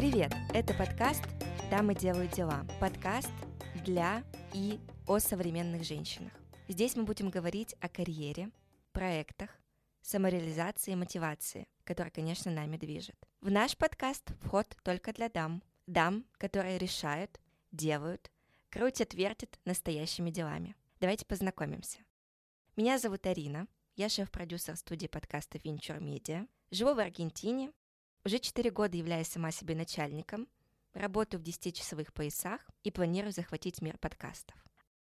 Привет! Это подкаст «Дамы делают дела». Подкаст для и о современных женщинах. Здесь мы будем говорить о карьере, проектах, самореализации и мотивации, которая, конечно, нами движет. В наш подкаст вход только для дам. Дам, которые решают, делают, крутят, вертят настоящими делами. Давайте познакомимся. Меня зовут Арина, я шеф-продюсер студии подкаста Venture Media. Живу в Аргентине, уже 4 года являюсь сама себе начальником, работаю в 10-часовых поясах и планирую захватить мир подкастов.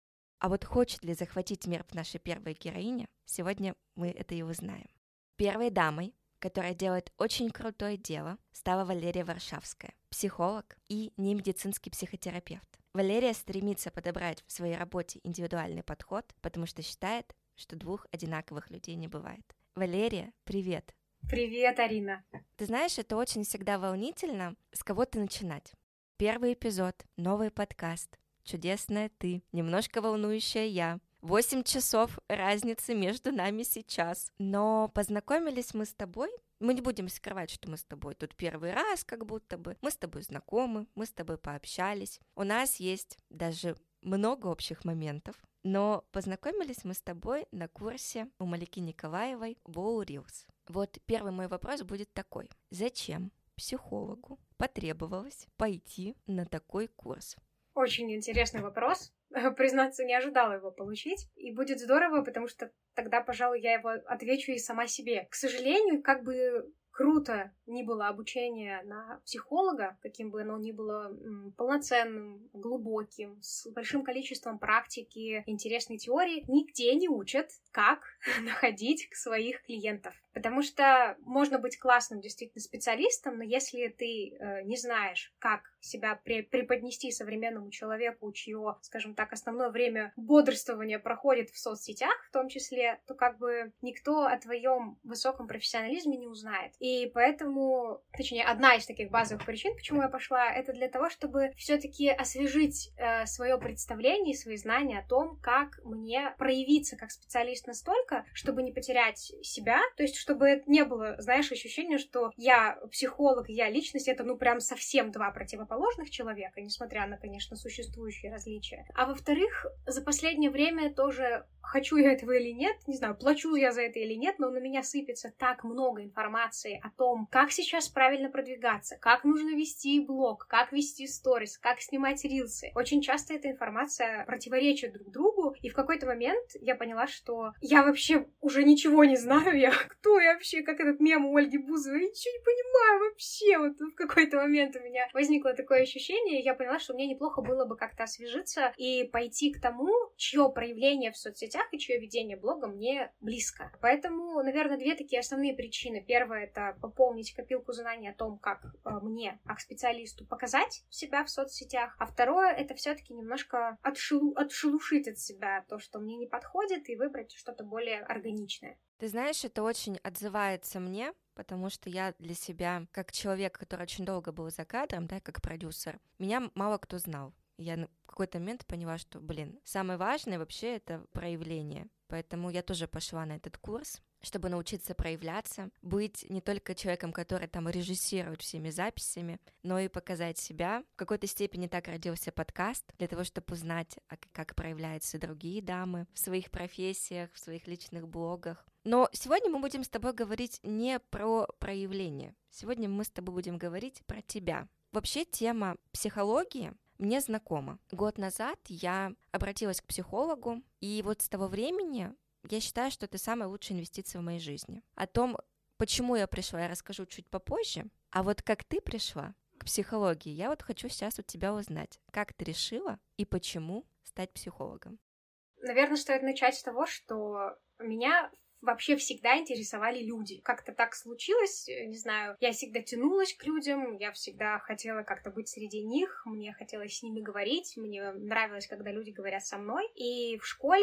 А вот хочет ли захватить мир наша первая героиня, сегодня мы это и узнаем. Первой дамой, которая делает очень крутое дело, стала Валерия Варшавская, психолог и немедицинский психотерапевт. Валерия стремится подобрать в своей работе индивидуальный подход, потому что считает, что двух одинаковых людей не бывает. Валерия, привет! Привет, Арина! Ты знаешь, это очень всегда волнительно, с кого-то начинать. Первый эпизод, новый подкаст, чудесная ты, немножко волнующая я. 8 часов разницы между нами сейчас. Но познакомились мы с тобой, мы не будем скрывать, что мы с тобой тут первый раз, как будто бы. Мы с тобой знакомы, мы с тобой пообщались. У нас есть даже много общих моментов. Но познакомились мы с тобой на курсе у Малики Николаевой Wow Reels. Вот первый мой вопрос будет такой. Зачем психологу потребовалось пойти на такой курс? Очень интересный вопрос. Признаться, не ожидала его получить. И будет здорово, потому что тогда, пожалуй, я его отвечу и сама себе. К сожалению, как бы круто ни было обучение на психолога, каким бы оно ни было полноценным, глубоким, с большим количеством практики, интересной теории, нигде не учат, как находить своих клиентов. Потому что можно быть классным действительно специалистом, но если ты не знаешь, как себя преподнести современному человеку, чье, скажем так, основное время бодрствования проходит в соцсетях в том числе, то как бы никто о твоем высоком профессионализме не узнает. И поэтому, точнее, одна из таких базовых причин, почему я пошла, это для того, чтобы все-таки освежить свое представление и свои знания о том, как мне проявиться как специалист настолько, чтобы не потерять себя, то есть чтобы это не было, знаешь, ощущение, что я психолог, я личность, это прям совсем два противоположных человека, несмотря на, конечно, существующие различия. А во-вторых, за последнее время тоже, хочу я этого или нет, не знаю, плачу я за это или нет, но на меня сыпется так много информации о том, как сейчас правильно продвигаться, как нужно вести блог, как вести сторис, как снимать рилсы. Очень часто эта информация противоречит друг другу, и в какой-то момент я поняла, что я вообще уже ничего не знаю, кто я вообще, как этот мем у Ольги Бузовой, я ничего не понимаю вообще. Вот в какой-то момент у меня возникло такое ощущение, и я поняла, что мне неплохо было бы как-то освежиться и пойти к тому, чье проявление в соцсетях и чье ведение блога мне близко. Поэтому, наверное, две такие основные причины. Первое — это пополнить копилку знаний о том, как мне, как специалисту, показать себя в соцсетях. А второе — это все-таки немножко отшелушить от себя то, что мне не подходит, и выбрать что-то более органичное. Ты знаешь, это очень отзывается мне, потому что я для себя, как человек, который очень долго был за кадром, да, как продюсер, меня мало кто знал. Я в какой-то момент поняла, что, самое важное вообще это проявление. Поэтому я тоже пошла на этот курс, чтобы научиться проявляться, быть не только человеком, который там режиссирует всеми записями, но и показать себя. В какой-то степени так родился подкаст, для того, чтобы узнать, как проявляются другие дамы в своих профессиях, в своих личных блогах. Но сегодня мы будем с тобой говорить не про проявление. Сегодня мы с тобой будем говорить про тебя. Вообще тема психологии мне знакома. Год назад я обратилась к психологу, и вот с того времени я считаю, что это самая лучшая инвестиция в моей жизни. О том, почему я пришла, я расскажу чуть попозже. А вот как ты пришла к психологии, я вот хочу сейчас у тебя узнать, как ты решила и почему стать психологом. Наверное, стоит начать с того, что меня вообще всегда интересовали люди. Как-то так случилось, не знаю, я всегда тянулась к людям, я всегда хотела как-то быть среди них, мне хотелось с ними говорить, мне нравилось, когда люди говорят со мной. И в школе,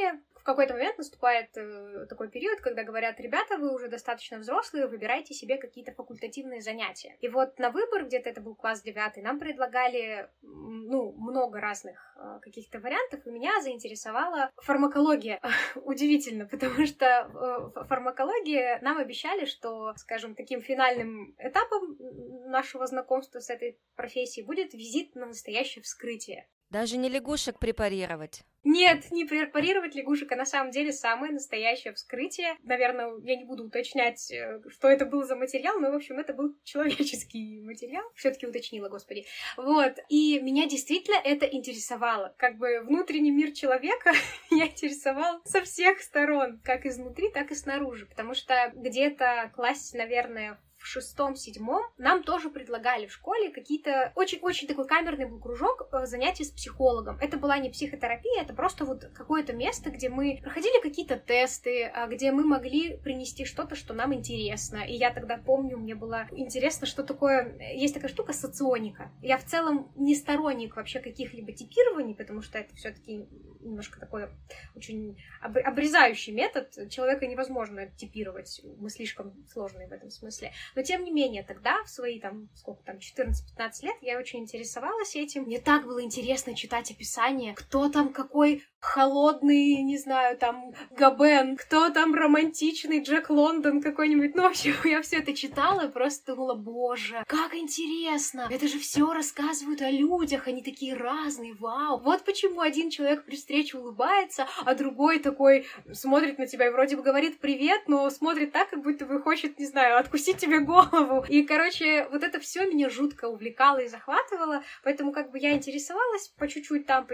в какой-то момент наступает такой период, когда говорят: ребята, вы уже достаточно взрослые, выбирайте себе какие-то факультативные занятия. И вот на выбор, где-то это был класс 9, нам предлагали, много разных каких-то вариантов, и меня заинтересовала фармакология. Удивительно, потому что фармакология нам обещали, что, скажем, таким финальным этапом нашего знакомства с этой профессией будет визит на настоящее вскрытие. Даже не лягушек препарировать. Нет, не препарировать лягушек, а на самом деле самое настоящее вскрытие. Наверное, я не буду уточнять, что это был за материал, но, в общем, это был человеческий материал. Все-таки уточнила, господи. Вот. И меня действительно это интересовало. Как бы внутренний мир человека меня интересовал со всех сторон, как изнутри, так и снаружи. Потому что где-то в классе, наверное, в 6-7 нам тоже предлагали в школе какие-то... Очень такой камерный был кружок занятий с психологом. Это была не психотерапия, это просто вот какое-то место, где мы проходили какие-то тесты, где мы могли принести что-то, что нам интересно. И я тогда помню, мне было интересно, что такое... Есть такая штука соционика. Я в целом не сторонник вообще каких-либо типирований, потому что это все-таки немножко такой очень обрезающий метод. Человека невозможно типировать. Мы слишком сложные в этом смысле. Но, тем не менее, тогда, в свои, 14-15 лет, я очень интересовалась этим. Мне так было интересно читать описание, кто там какой холодный, не знаю, Габен, кто там романтичный Джек Лондон какой-нибудь. В общем, я все это читала и просто думала: боже, как интересно! Это же все рассказывают о людях, они такие разные, вау! Вот почему один человек при встрече улыбается, а другой такой смотрит на тебя и вроде бы говорит привет, но смотрит так, как будто бы хочет, не знаю, откусить тебе голову. И, короче, вот это все меня жутко увлекало и захватывало, поэтому как бы я интересовалась по чуть-чуть там,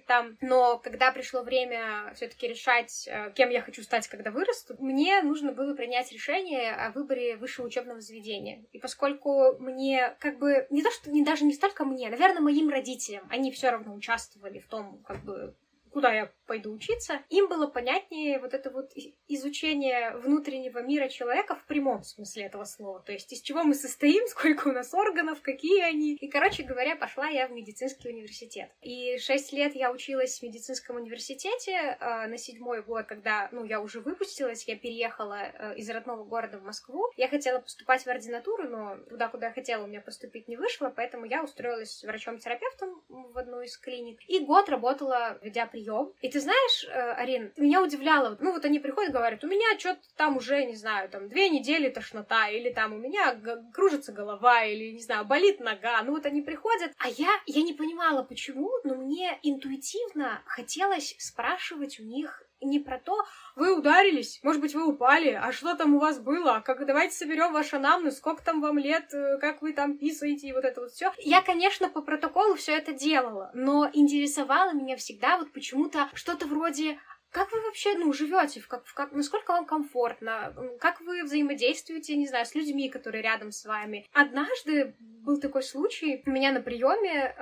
но когда пришло время все-таки решать, кем я хочу стать, когда вырасту, мне нужно было принять решение о выборе высшего учебного заведения. И поскольку мне как бы даже не столько мне, наверное, моим родителям, они все равно участвовали в том, как бы, куда я пойду учиться, им было понятнее вот это вот изучение внутреннего мира человека в прямом смысле этого слова. То есть из чего мы состоим, сколько у нас органов, какие они. И, короче говоря, пошла я в медицинский университет. И 6 лет я училась в медицинском университете. На 7-й год, когда, я уже выпустилась, я переехала из родного города в Москву. Я хотела поступать в ординатуру, но туда, куда я хотела, у меня поступить не вышло, поэтому я устроилась врачом-терапевтом в одну из клиник. И год работала, ведя прием. И ты знаешь, Арин, меня удивляло, вот они приходят, говорят: у меня что-то там уже, не знаю, 2 недели тошнота, или у меня кружится голова, или, не знаю, болит нога. Вот они приходят, а я не понимала, почему, но мне интуитивно хотелось спрашивать у них не про то: вы ударились, может быть, вы упали, а что там у вас было, давайте соберем ваш анамнез, сколько там вам лет, как вы там писаете, и вот это вот все. Я, конечно, по протоколу все это делала, но интересовало меня всегда вот почему-то что-то вроде: как вы вообще, живете, насколько вам комфортно, как вы взаимодействуете, не знаю, с людьми, которые рядом с вами. Однажды был такой случай, у меня на приеме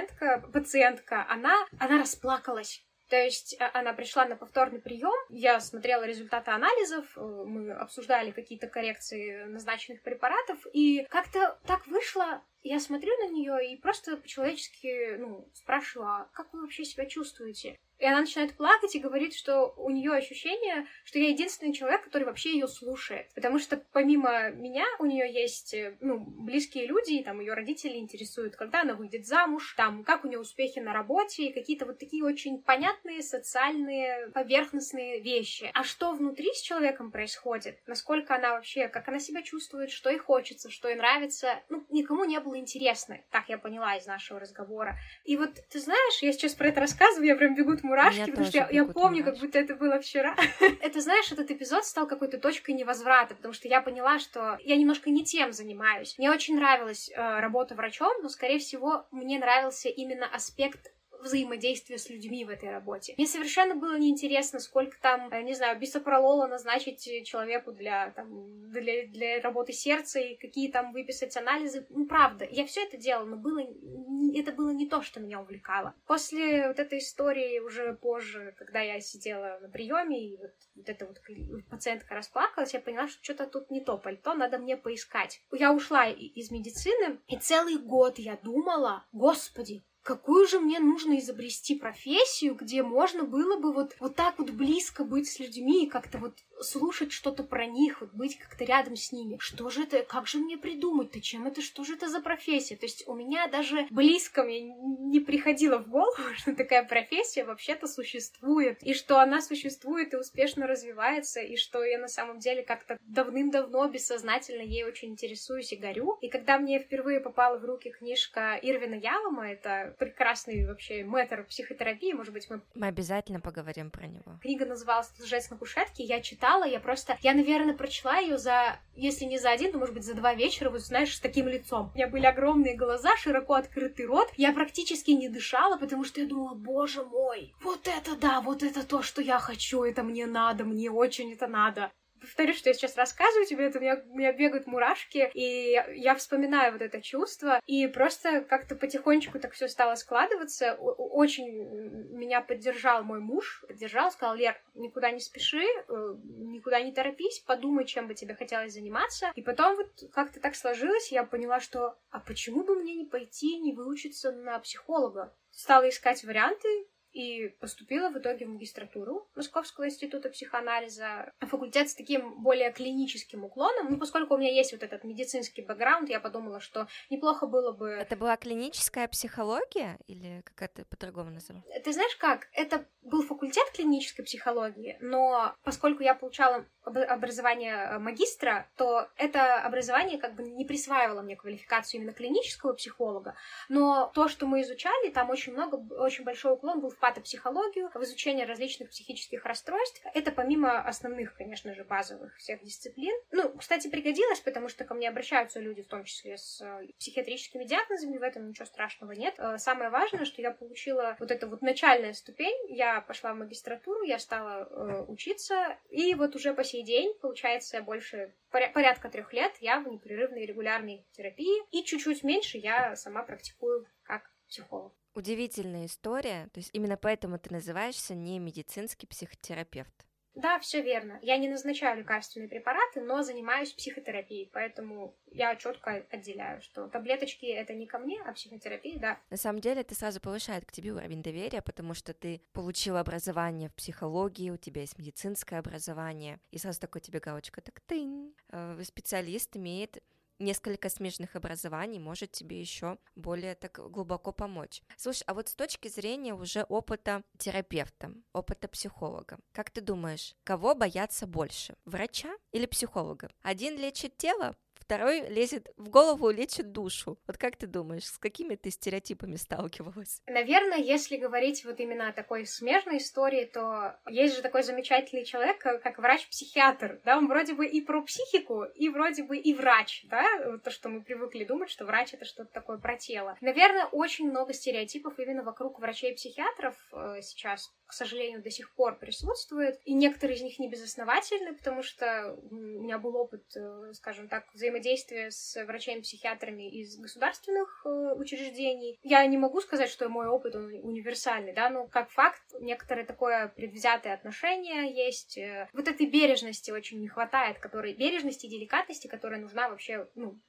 пациентка, она расплакалась. То есть она пришла на повторный прием, я смотрела результаты анализов, мы обсуждали какие-то коррекции назначенных препаратов, и как-то так вышло, я смотрю на нее и просто по-человечески, спрашиваю: а как вы вообще себя чувствуете? И она начинает плакать и говорит, что у нее ощущение, что я единственный человек, который вообще ее слушает. Потому что помимо меня у нее есть, близкие люди, и ее родители интересуют, когда она выйдет замуж, как у нее успехи на работе, и какие-то вот такие очень понятные социальные поверхностные вещи. А что внутри с человеком происходит? Насколько она вообще, как она себя чувствует, что ей хочется, что ей нравится, никому не было интересно. Так я поняла из нашего разговора. И вот, ты знаешь, я сейчас про это рассказываю, я прям бегут мурашки, потому что я помню, как будто это было вчера. Это, знаешь, этот эпизод стал какой-то точкой невозврата, потому что я поняла, что я немножко не тем занимаюсь. Мне очень нравилась работа врачом, но, скорее всего, мне нравился именно аспект взаимодействия с людьми в этой работе. Мне совершенно было неинтересно, сколько там, не знаю, бисопролола назначить человеку для работы сердца и какие там выписать анализы. Правда, я все это делала, но это было не то, что меня увлекало. После вот этой истории уже позже, когда я сидела на приеме и вот эта вот пациентка расплакалась, я поняла, что что-то тут не то пальто, надо мне поискать. Я ушла из медицины, и целый год я думала: господи, какую же мне нужно изобрести профессию, где можно было бы вот так вот близко быть с людьми и как-то вот слушать что-то про них, вот быть как-то рядом с ними. Что же это, как же мне придумать-то, чем это, что же это за профессия? То есть у меня даже близко мне не приходило в голову, что такая профессия вообще-то существует, и что она существует и успешно развивается, и что я на самом деле как-то давным-давно бессознательно ей очень интересуюсь и горю. И когда мне впервые попала в руки книжка Ирвина Ялома, это прекрасный вообще мэтр психотерапии, может быть, Мы обязательно поговорим про него. Книга называлась «Лжец на кушетке», я читала, я, наверное, прочла ее за, если не за один, то, может быть, за 2 вечера, вот знаешь, с таким лицом. У меня были огромные глаза, широко открытый рот, я практически не дышала, потому что я думала, боже мой, вот это да, вот это то, что я хочу, это мне надо, мне очень это надо. Повторю, что я сейчас рассказываю тебе, это у меня бегают мурашки, и я вспоминаю вот это чувство, и просто как-то потихонечку так все стало складываться. Очень меня поддержал мой муж, сказал: Лер, никуда не спеши, никуда не торопись, подумай, чем бы тебе хотелось заниматься. И потом вот как-то так сложилось, я поняла, что а почему бы мне не пойти, не выучиться на психолога? Стала искать варианты, и поступила в итоге в магистратуру Московского института психоанализа, факультет с таким более клиническим уклоном. Ну, поскольку у меня есть вот этот медицинский бэкграунд, я подумала, что неплохо было бы... Это была клиническая психология или как это по-другому называлось? Ты знаешь как? Это был факультет клинической психологии, но поскольку я получала образование магистра, то это образование как бы не присваивало мне квалификацию именно клинического психолога, но то, что мы изучали, там очень большой уклон был в патопсихологию, в изучение различных психических расстройств. Это помимо основных, конечно же, базовых всех дисциплин. Ну, кстати, пригодилось, потому что ко мне обращаются люди, в том числе с психиатрическими диагнозами, в этом ничего страшного нет. Самое важное, что я получила вот эту вот начальная ступень, я пошла в магистратуру, я стала учиться, и вот уже по сей день, получается, порядка 3 лет я в непрерывной регулярной терапии, и чуть-чуть меньше я сама практикую как психолог. Удивительная история, то есть именно поэтому ты называешься не медицинский психотерапевт. Да, все верно. Я не назначаю лекарственные препараты, но занимаюсь психотерапией, поэтому я четко отделяю, что таблеточки — это не ко мне, а психотерапия, да. На самом деле это сразу повышает к тебе уровень доверия, потому что ты получила образование в психологии, у тебя есть медицинское образование, и сразу такой тебе галочка, так тынь. Специалист имеет несколько смежных образований, может тебе еще более так глубоко помочь. Слушай, а вот с точки зрения уже опыта терапевта, опыта психолога, как ты думаешь, кого бояться больше, врача или психолога? Один лечит тело, второй лезет в голову, лечит душу. Вот как ты думаешь, с какими ты стереотипами сталкивалась? Наверное, если говорить вот именно о такой смежной истории, то есть же такой замечательный человек, как врач-психиатр, да, он вроде бы и про психику, и вроде бы и врач, да, то, что мы привыкли думать, что врач — это что-то такое про тело. Наверное, очень много стереотипов именно вокруг врачей-психиатров сейчас, к сожалению, до сих пор присутствует, и некоторые из них не безосновательны, потому что у меня был опыт, скажем так, взаимодействия с врачами-психиатрами из государственных учреждений. Я не могу сказать, что мой опыт он универсальный, да, но как факт, некоторое такое предвзятое отношение есть. Вот этой бережности очень не хватает, бережности и деликатности, которая нужна вообще,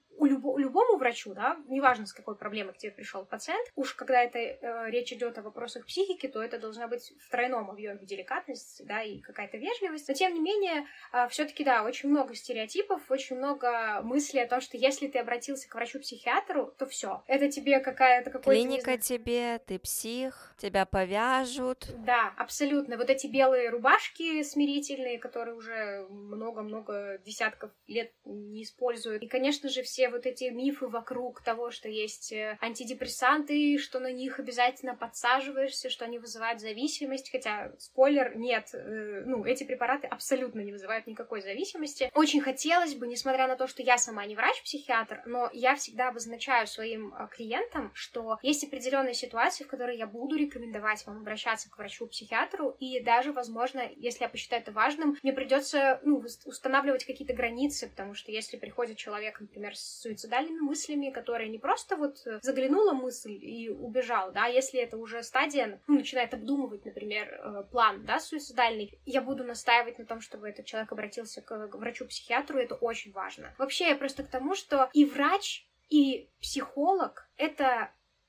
любому врачу, да, неважно, с какой проблемой к тебе пришел пациент, уж когда речь идет о вопросах психики, то это должна быть в тройном объеме деликатность, да, и какая-то вежливость. Но, тем не менее, все-таки, да, очень много стереотипов, очень много мыслей о том, что если ты обратился к врачу-психиатру, то все. Это тебе какая-то клиника тебе, ты псих, тебя повяжут. Да, абсолютно. Вот эти белые рубашки смирительные, которые уже много-много десятков лет не используют. И, конечно же, все вот эти мифы вокруг того, что есть антидепрессанты, что на них обязательно подсаживаешься, что они вызывают зависимость, хотя, спойлер, нет, эти препараты абсолютно не вызывают никакой зависимости. Очень хотелось бы, несмотря на то, что я сама не врач-психиатр, но я всегда обозначаю своим клиентам, что есть определенные ситуации, в которые я буду рекомендовать вам обращаться к врачу-психиатру, и даже, возможно, если я посчитаю это важным, мне придется устанавливать какие-то границы, потому что если приходит человек, например, с суицидальными мыслями, которая не просто вот заглянула мысль и убежал, да, если это уже стадия, начинает обдумывать, например, план, да, суицидальный, я буду настаивать на том, чтобы этот человек обратился к врачу-психиатру, это очень важно. Вообще, я просто к тому, что и врач, и психолог — это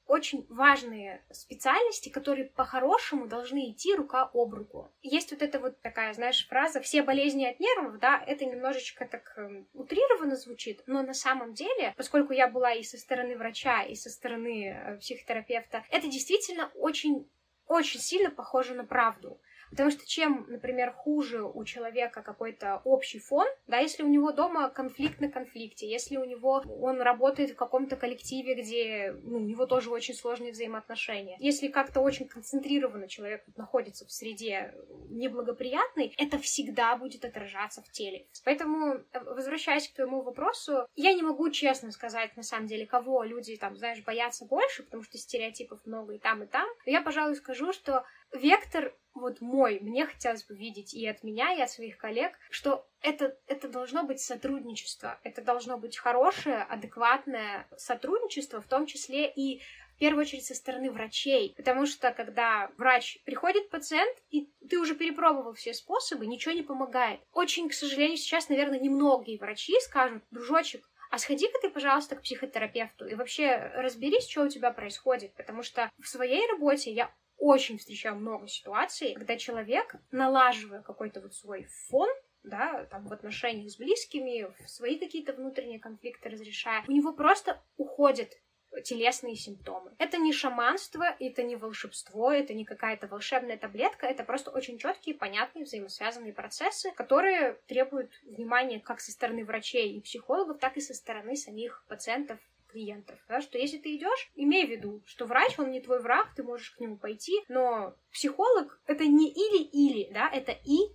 очень важные специальности, которые по-хорошему должны идти рука об руку. Есть вот эта вот такая, знаешь, фраза «все болезни от нервов», да, это немножечко так утрированно звучит, но на самом деле, поскольку я была и со стороны врача, и со стороны психотерапевта, это действительно очень, очень сильно похоже на правду. Потому что чем, например, хуже у человека какой-то общий фон, да, если у него дома конфликт на конфликте, если он работает в каком-то коллективе, где у него тоже очень сложные взаимоотношения, если как-то очень концентрированно человек находится в среде неблагоприятной, это всегда будет отражаться в теле. Поэтому, возвращаясь к твоему вопросу, я не могу честно сказать, на самом деле, кого люди, там, знаешь, боятся больше, потому что стереотипов много и там, но я, пожалуй, скажу, что вектор вот мой, мне хотелось бы видеть и от меня, и от своих коллег, что это должно быть сотрудничество, это должно быть хорошее, адекватное сотрудничество, в том числе и в первую очередь со стороны врачей, потому что когда врач приходит пациент, и ты уже перепробовал все способы, ничего не помогает. Очень, к сожалению, сейчас, наверное, немногие врачи скажут: дружочек, а сходи-ка ты, пожалуйста, к психотерапевту и вообще разберись, что у тебя происходит, потому что в своей работе я очень встречаю много ситуаций, когда человек, налаживая какой-то вот свой фон, да, там, в отношениях с близкими, свои какие-то внутренние конфликты разрешая, у него просто уходят телесные симптомы. Это не шаманство, это не волшебство, это не какая-то волшебная таблетка, это просто очень четкие, понятные, взаимосвязанные процессы, которые требуют внимания как со стороны врачей и психологов, так и со стороны самих пациентов, клиентов, да, что если ты идешь, имей в виду, что врач, он не твой враг, ты можешь к нему пойти, но психолог — это не или-или, да, это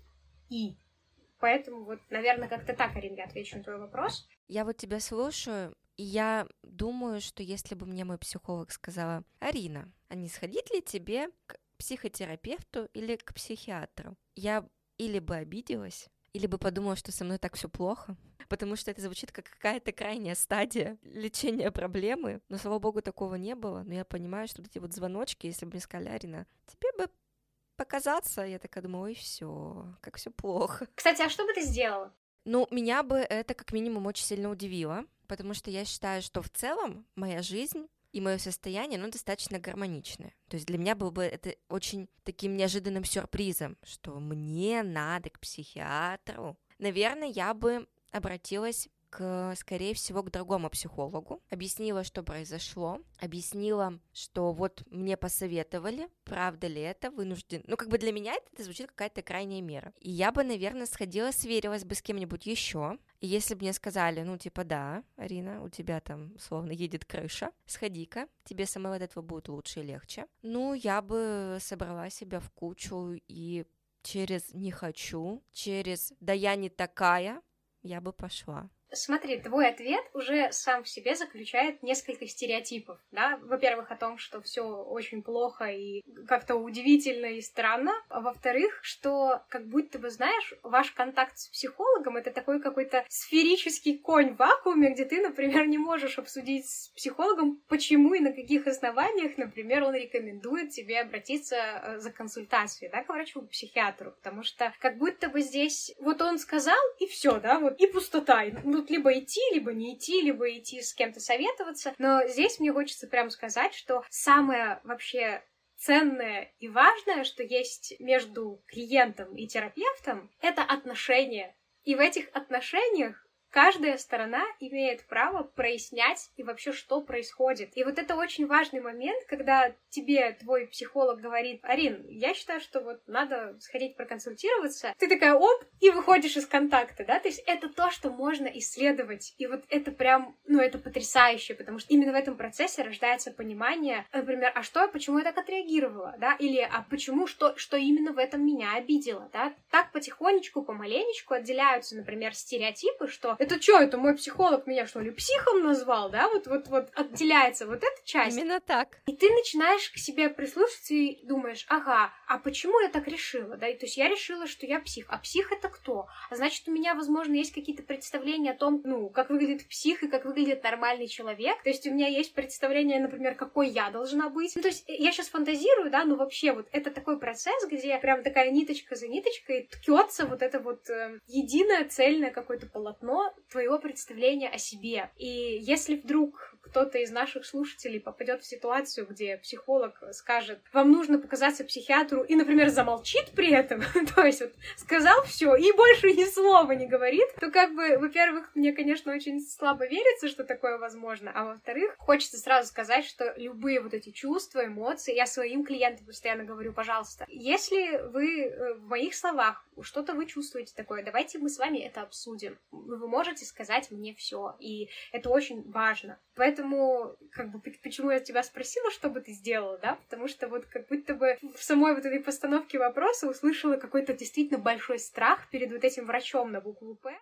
и. Поэтому вот, наверное, как-то так, Арин, я отвечу на твой вопрос. Я вот тебя слушаю, и я думаю, что если бы мне мой психолог сказала: Арина, а не сходить ли тебе к психотерапевту или к психиатру? Я или бы обиделась, или бы подумала, что со мной так все плохо, потому что это звучит как какая-то крайняя стадия лечения проблемы, но, слава богу, такого не было, но я понимаю, что вот эти вот звоночки, если бы мне сказали: Арина, тебе бы показаться, я такая думаю: ой, все, как все плохо. Кстати, а что бы ты сделала? Ну, меня бы это как минимум очень сильно удивило, потому что я считаю, что в целом моя жизнь и мое состояние, достаточно гармоничное. То есть для меня было бы это очень таким неожиданным сюрпризом, что мне надо к психиатру. Наверное, я бы обратилась скорее всего, к другому психологу, объяснила, что произошло, объяснила, что вот мне посоветовали, правда ли это, вынужден. Для меня это звучит какая-то крайняя мера. И я бы, наверное, сходила, сверилась бы с кем-нибудь еще. И если бы мне сказали: да, Арина, у тебя там словно едет крыша, сходи-ка, тебе самой от этого будет лучше и легче. Я бы собрала себя в кучу и через «не хочу», через «да я не такая», я бы пошла. Смотри, твой ответ уже сам в себе заключает несколько стереотипов, да? Во-первых, о том, что все очень плохо и как-то удивительно и странно, а во-вторых, что как будто бы, знаешь, ваш контакт с психологом — это такой какой-то сферический конь в вакууме, где ты, например, не можешь обсудить с психологом, почему и на каких основаниях, например, он рекомендует тебе обратиться за консультацией, да, к врачу, к психиатру, потому что как будто бы здесь вот он сказал, и все, да, вот, и пустота, либо идти, либо не идти, либо идти с кем-то советоваться. Но здесь мне хочется прямо сказать, что самое вообще ценное и важное, что есть между клиентом и терапевтом, это отношения. И в этих отношениях каждая сторона имеет право прояснять и вообще, что происходит. И вот это очень важный момент, когда тебе твой психолог говорит: Арин, я считаю, что вот надо сходить проконсультироваться. Ты такая оп, и выходишь из контакта, да? То есть это то, что можно исследовать. И вот это прям, это потрясающе, потому что именно в этом процессе рождается понимание, например, а что, почему я так отреагировала, да? Или а почему, что именно в этом меня обидело, да? Так потихонечку, помаленечку отделяются, например, стереотипы, что это что, это мой психолог меня, что ли, психом назвал, да? Вот отделяется вот эта часть. Именно так. И ты начинаешь к себе прислушаться и думаешь: ага, а почему я так решила, да? И, то есть я решила, что я псих. А псих — это кто? А значит, у меня, возможно, есть какие-то представления о том, как выглядит псих и как выглядит нормальный человек. То есть у меня есть представление, например, какой я должна быть. То есть я сейчас фантазирую, да, но вообще вот это такой процесс, где прям такая ниточка за ниточкой ткется вот это вот единое, цельное какое-то полотно твоего представления о себе. И если вдруг кто-то из наших слушателей попадет в ситуацию, где психолог скажет, вам нужно показаться психиатру, и, например, замолчит при этом, то есть вот сказал все и больше ни слова не говорит, то как бы, во-первых, мне, конечно, очень слабо верится, что такое возможно, а во-вторых, хочется сразу сказать, что любые вот эти чувства, эмоции, я своим клиентам постоянно говорю, пожалуйста, если вы в моих словах что-то вы чувствуете такое, давайте мы с вами это обсудим. Вы можете сказать мне все, и это очень важно. Поэтому, как бы, почему я тебя спросила, что бы ты сделала, да? Потому что вот как будто бы в самой вот этой постановке вопроса услышала какой-то действительно большой страх перед вот этим врачом на букву «П».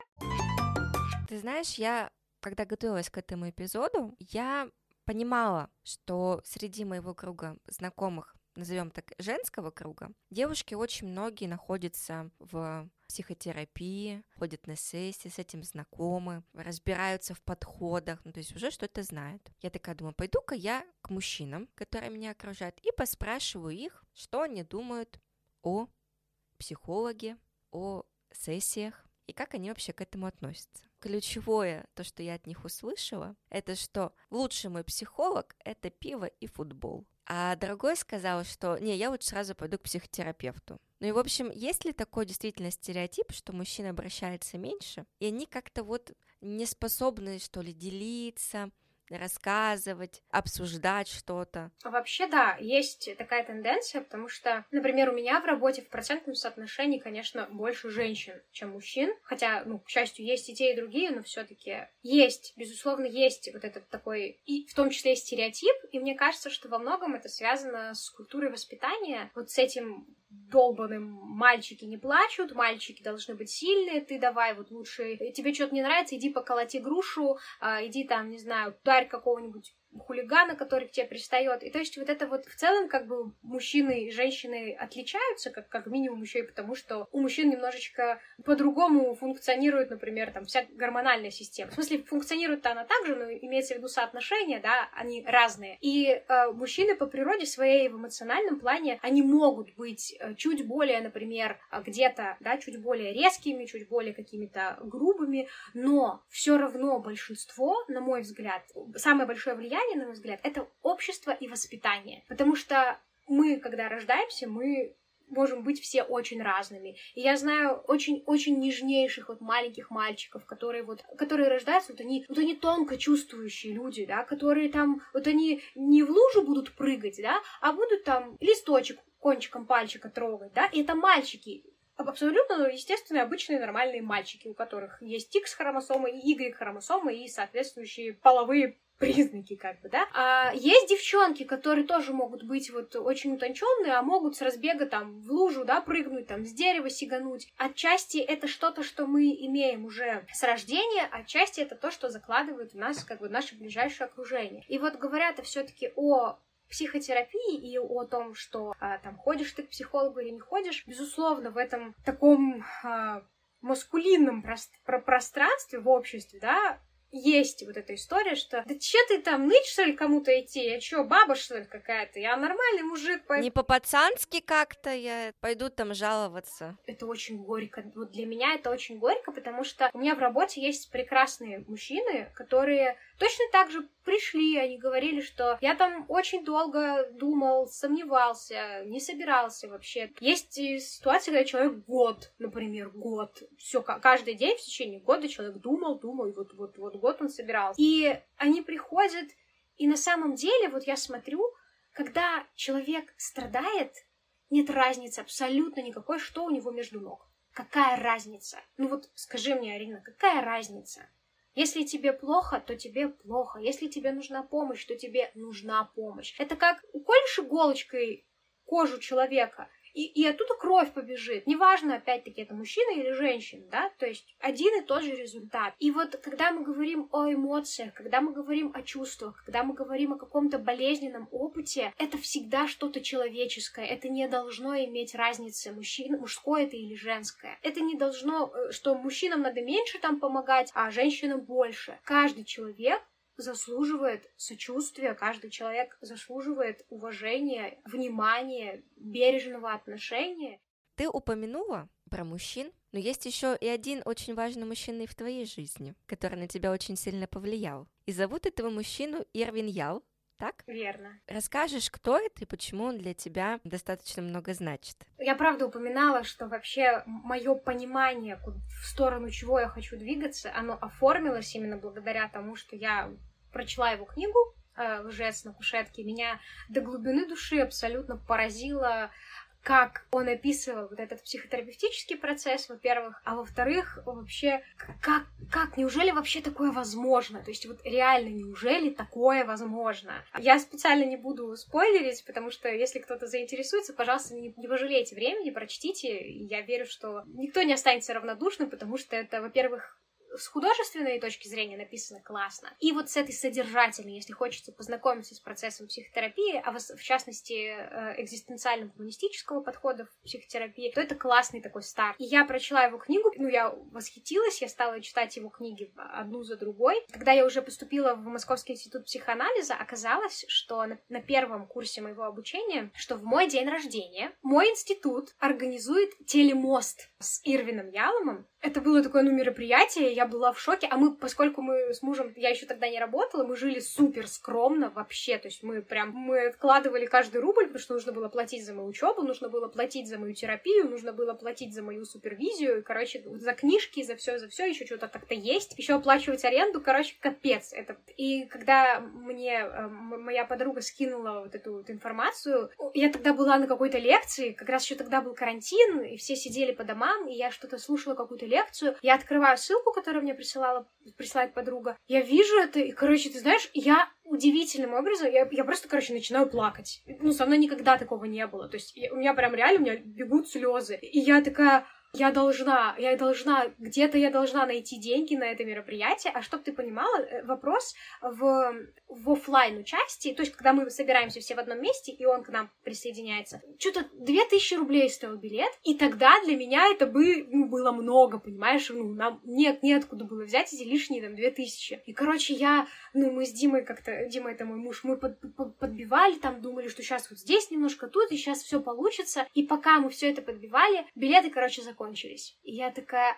Ты знаешь, я, когда готовилась к этому эпизоду, я понимала, что среди моего круга знакомых, назовем так, женского круга, девушки очень многие находятся в психотерапии, ходят на сессии, с этим знакомы, разбираются в подходах, ну то есть уже что-то знают. Я такая думаю, пойду-ка я к мужчинам, которые меня окружают, и поспрашиваю их, что они думают о психологе, о сессиях и как они вообще к этому относятся. Ключевое, то, что я от них услышала, это что лучший мой психолог — это пиво и футбол. А другой сказал, что не, я лучше сразу пойду к психотерапевту. Ну и, в общем, есть ли такой действительно стереотип, что мужчины обращаются меньше, и они как-то вот не способны, что ли, делиться, рассказывать, обсуждать что-то? Вообще, да, есть такая тенденция, потому что, например, у меня в работе в процентном соотношении, конечно, больше женщин, чем мужчин, хотя, ну, к счастью, есть и те, и другие, но все-таки есть, безусловно, есть вот этот такой, и в том числе и стереотип, и мне кажется, что во многом это связано с культурой воспитания, вот с этим долбаным «мальчики не плачут», «мальчики должны быть сильные», ты давай вот лучше, тебе что-то не нравится, иди поколоти грушу, иди там, не знаю, ударь какого-нибудь хулигана, который к тебе пристает. И то есть вот это вот в целом как бы мужчины и женщины отличаются, как минимум еще и потому, что у мужчин немножечко по-другому функционирует, например, там вся гормональная система. В смысле, функционирует-то она так же, но имеется в виду соотношения, да, они разные. И мужчины по природе своей в эмоциональном плане, они могут быть чуть более, например, где-то, да, чуть более резкими, чуть более какими-то грубыми, но все равно большинство, на мой взгляд, самое большое влияние, на мой взгляд, это общество и воспитание. Потому что мы, когда рождаемся, мы можем быть все очень разными. И я знаю очень-очень нежнейших вот маленьких мальчиков, которые рождаются, вот они тонко чувствующие люди, да, которые там, вот они не в лужу будут прыгать, да, а будут там листочек кончиком пальчика трогать, да, и это мальчики, абсолютно естественные, обычные, нормальные мальчики, у которых есть X-хромосомы и Y-хромосомы и соответствующие половые признаки, как бы, да. А есть девчонки, которые тоже могут быть вот очень утонченные, а могут с разбега там в лужу, да, прыгнуть, там, с дерева сигануть. Отчасти это что-то, что мы имеем уже с рождения, отчасти это то, что закладывает в нас, как бы, наше ближайшее окружение. И вот говоря-то все-таки о психотерапии и о том, что там ходишь ты к психологу или не ходишь, безусловно, в этом таком маскулинном пространстве в обществе, да, есть вот эта история, что да че ты там, ныть, что ли, кому-то идти? Я че, баба, что ли, какая-то? Я нормальный мужик. Не по-пацански как-то я пойду там жаловаться. Это очень горько. Вот для меня это очень горько, потому что у меня в работе есть прекрасные мужчины, которые точно так же пришли, они говорили, что я там очень долго думал, сомневался, не собирался вообще. Есть ситуации, когда человек например, год. Все, каждый день в течение года человек думал, и вот год он собирался. И они приходят, и на самом деле, вот я смотрю, когда человек страдает, нет разницы абсолютно никакой, что у него между ног. Какая разница? Ну вот скажи мне, Арина, какая разница? Если тебе плохо, то тебе плохо. Если тебе нужна помощь, то тебе нужна помощь. Это как уколешь иголочкой кожу человека, и оттуда кровь побежит. Неважно, опять-таки, это мужчина или женщина, да, то есть один и тот же результат. И вот когда мы говорим о эмоциях, когда мы говорим о чувствах, когда мы говорим о каком-то болезненном опыте, это всегда что-то человеческое. Это не должно иметь разницы, мужское это или женское. Это не должно, что мужчинам надо меньше там помогать, а женщинам больше. Каждый человек заслуживает сочувствия, каждый человек заслуживает уважения, внимания, бережного отношения. Ты упомянула про мужчин, но есть еще и один очень важный мужчина и в твоей жизни, который на тебя очень сильно повлиял. И зовут этого мужчину Ирвин Ял, так? Верно. Расскажешь, кто это и почему он для тебя достаточно много значит? Я правда упоминала, что вообще мое понимание, в сторону чего я хочу двигаться, оно оформилось именно благодаря тому, что я прочла его книгу «Лжец на кушетке». Меня до глубины души абсолютно поразило, как он описывал вот этот психотерапевтический процесс, во-первых, а во-вторых, вообще, неужели вообще такое возможно? То есть вот реально, неужели такое возможно? Я специально не буду спойлерить, потому что если кто-то заинтересуется, пожалуйста, не пожалейте времени, прочтите. Я верю, что никто не останется равнодушным, потому что это, во-первых, с художественной точки зрения написано классно. И вот с этой содержательной, если хочется познакомиться с процессом психотерапии, а в частности экзистенциально-гуманистического подхода в психотерапии, то это классный такой старт. И я прочла его книгу, я восхитилась, я стала читать его книги одну за другой. Когда я уже поступила в Московский институт психоанализа, оказалось, что на первом курсе моего обучения, что в мой день рождения мой институт организует телемост с Ирвином Яломом. Это было такое, мероприятие, я была в шоке, поскольку мы с мужем, я еще тогда не работала, мы жили супер скромно вообще, то есть мы откладывали каждый рубль, потому что нужно было платить за мою учебу, нужно было платить за мою терапию, нужно было платить за мою супервизию, и, за книжки, за все, еще что-то так-то есть, еще оплачивать аренду, капец. И когда мне моя подруга скинула вот эту вот информацию, я тогда была на какой-то лекции, как раз еще тогда был карантин, и все сидели по домам, и я что-то слушала, какую-то лекцию, я открываю ссылку, которую мне присылает подруга, я вижу это, и, ты знаешь, я удивительным образом, я просто, начинаю плакать. Со мной никогда такого не было, то есть у меня прям реально, у меня бегут слезы, и я такая... где-то я должна найти деньги на это мероприятие, а чтоб ты понимала, вопрос в офлайн части, то есть когда мы собираемся все в одном месте, и он к нам присоединяется, что-то 2000 рублей стоил билет, и тогда для меня это было много, понимаешь, нам неоткуда было взять эти лишние 2000. И, мы с Димой Дима это мой муж, мы подбивали, думали, что сейчас вот здесь немножко тут, и сейчас все получится, и пока мы все это подбивали, билеты, закончились. И я такая,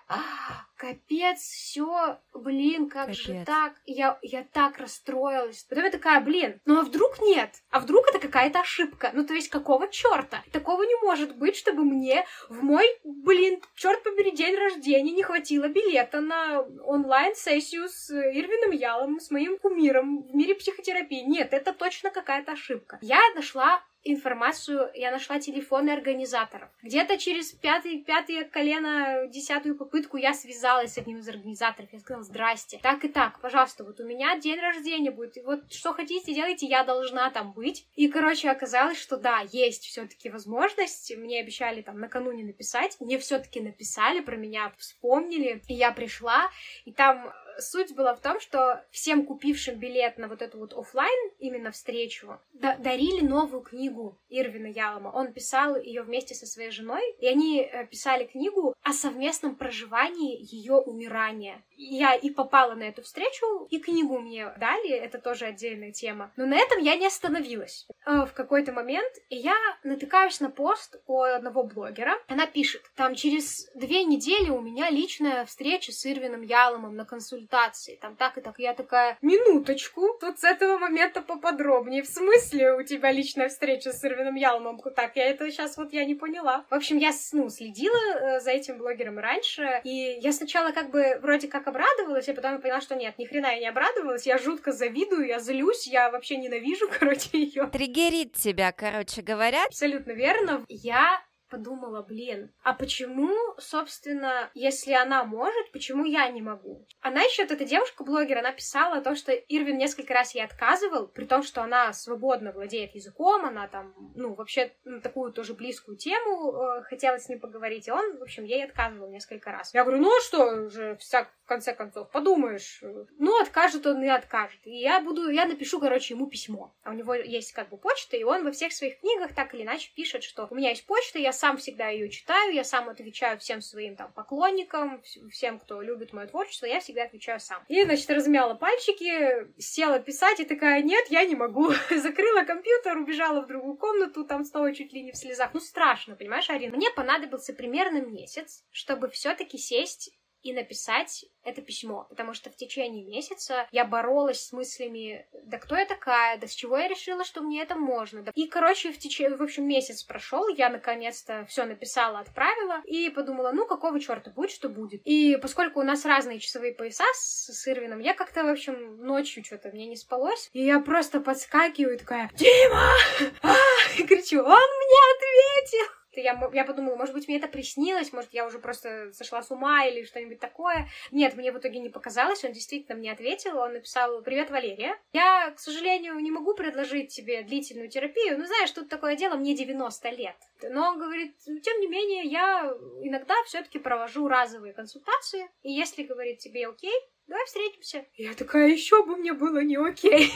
капец, все, как капец. Же так? Я так расстроилась. Потом я такая, а вдруг нет? А вдруг это какая-то ошибка? То есть какого черта? Такого не может быть, чтобы мне в мой, черт побери, день рождения не хватило билета на онлайн-сессию с Ирвином Ялом, с моим кумиром в мире психотерапии. Нет, это точно какая-то ошибка. Я нашла информацию, я нашла телефоны организаторов. Где-то через пятое колено, 10-ю попытку я связалась с одним из организаторов. Я сказала, здрасте, так и так, пожалуйста, вот у меня день рождения будет, и вот что хотите делайте, я должна там быть. И, оказалось, что да, есть все-таки возможность. Мне обещали накануне написать. Мне все-таки написали, про меня вспомнили. И я пришла, и там суть была в том, что всем купившим билет на вот эту вот офлайн именно встречу дарили новую книгу Ирвина Ялома. Он писал ее вместе со своей женой, и они писали книгу о совместном проживании ее умирания. Я и попала на эту встречу, и книгу мне дали, это тоже отдельная тема. Но на этом я не остановилась. В какой-то момент я натыкаюсь на пост у одного блогера. Она пишет, через 2 недели у меня личная встреча с Ирвином Яломом на консультации. Так и так. Я такая, минуточку, тут с этого момента поподробнее. В смысле у тебя личная встреча с Ирвином Яломом? Так, я это сейчас я не поняла. В общем, я следила за этим блогером раньше, и я сначала вроде как обрадовалась, а потом я поняла, что нет, ни хрена я не обрадовалась, я жутко завидую, я злюсь, я вообще ненавижу, ее. Триггерит тебя, говоря. Абсолютно верно. Я подумала, а почему, собственно, если она может, почему я не могу? Она еще, эта девушка-блогер, она писала то, что Ирвин несколько раз ей отказывал, при том, что она свободно владеет языком, она вообще такую тоже близкую тему хотела с ним поговорить, и он, в общем, ей отказывал несколько раз. Я говорю, что же, в конце концов, подумаешь, откажет он и откажет. И я напишу, ему письмо. А у него есть почта, и он во всех своих книгах так или иначе пишет, что у меня есть почта, я сам сам всегда ее читаю, я сам отвечаю всем своим там поклонникам, всем, кто любит мое творчество, я всегда отвечаю сам. И, значит, размяла пальчики, села писать и такая: нет, я не могу. Закрыла компьютер, убежала в другую комнату, там снова чуть ли не в слезах. Ну, страшно, понимаешь, Арина? Мне понадобился примерно месяц, чтобы все-таки сесть и написать это письмо, потому что в течение месяца я боролась с мыслями: да кто я такая, да с чего я решила, что мне это можно. Да. И, короче, в общем, месяц прошел, я наконец-то все написала, отправила, и подумала: ну, какого черта, будет, что будет. И поскольку у нас разные часовые пояса с Ирвином, я как-то, в общем, ночью что-то мне не спалось, и я просто подскакиваю, такая: Дима! И кричу: он мне ответил! Я подумала, может быть, мне это приснилось, может, я уже просто сошла с ума или что-нибудь такое. Нет, мне в итоге не показалось, он действительно мне ответил, он написал: привет, Валерия. Я, к сожалению, не могу предложить тебе длительную терапию, ну, знаешь, тут такое дело, мне 90 лет. Но он говорит: тем не менее, я иногда все-таки провожу разовые консультации, и если, говорит, тебе окей, давай встретимся. Я такая: еще бы мне было не окей.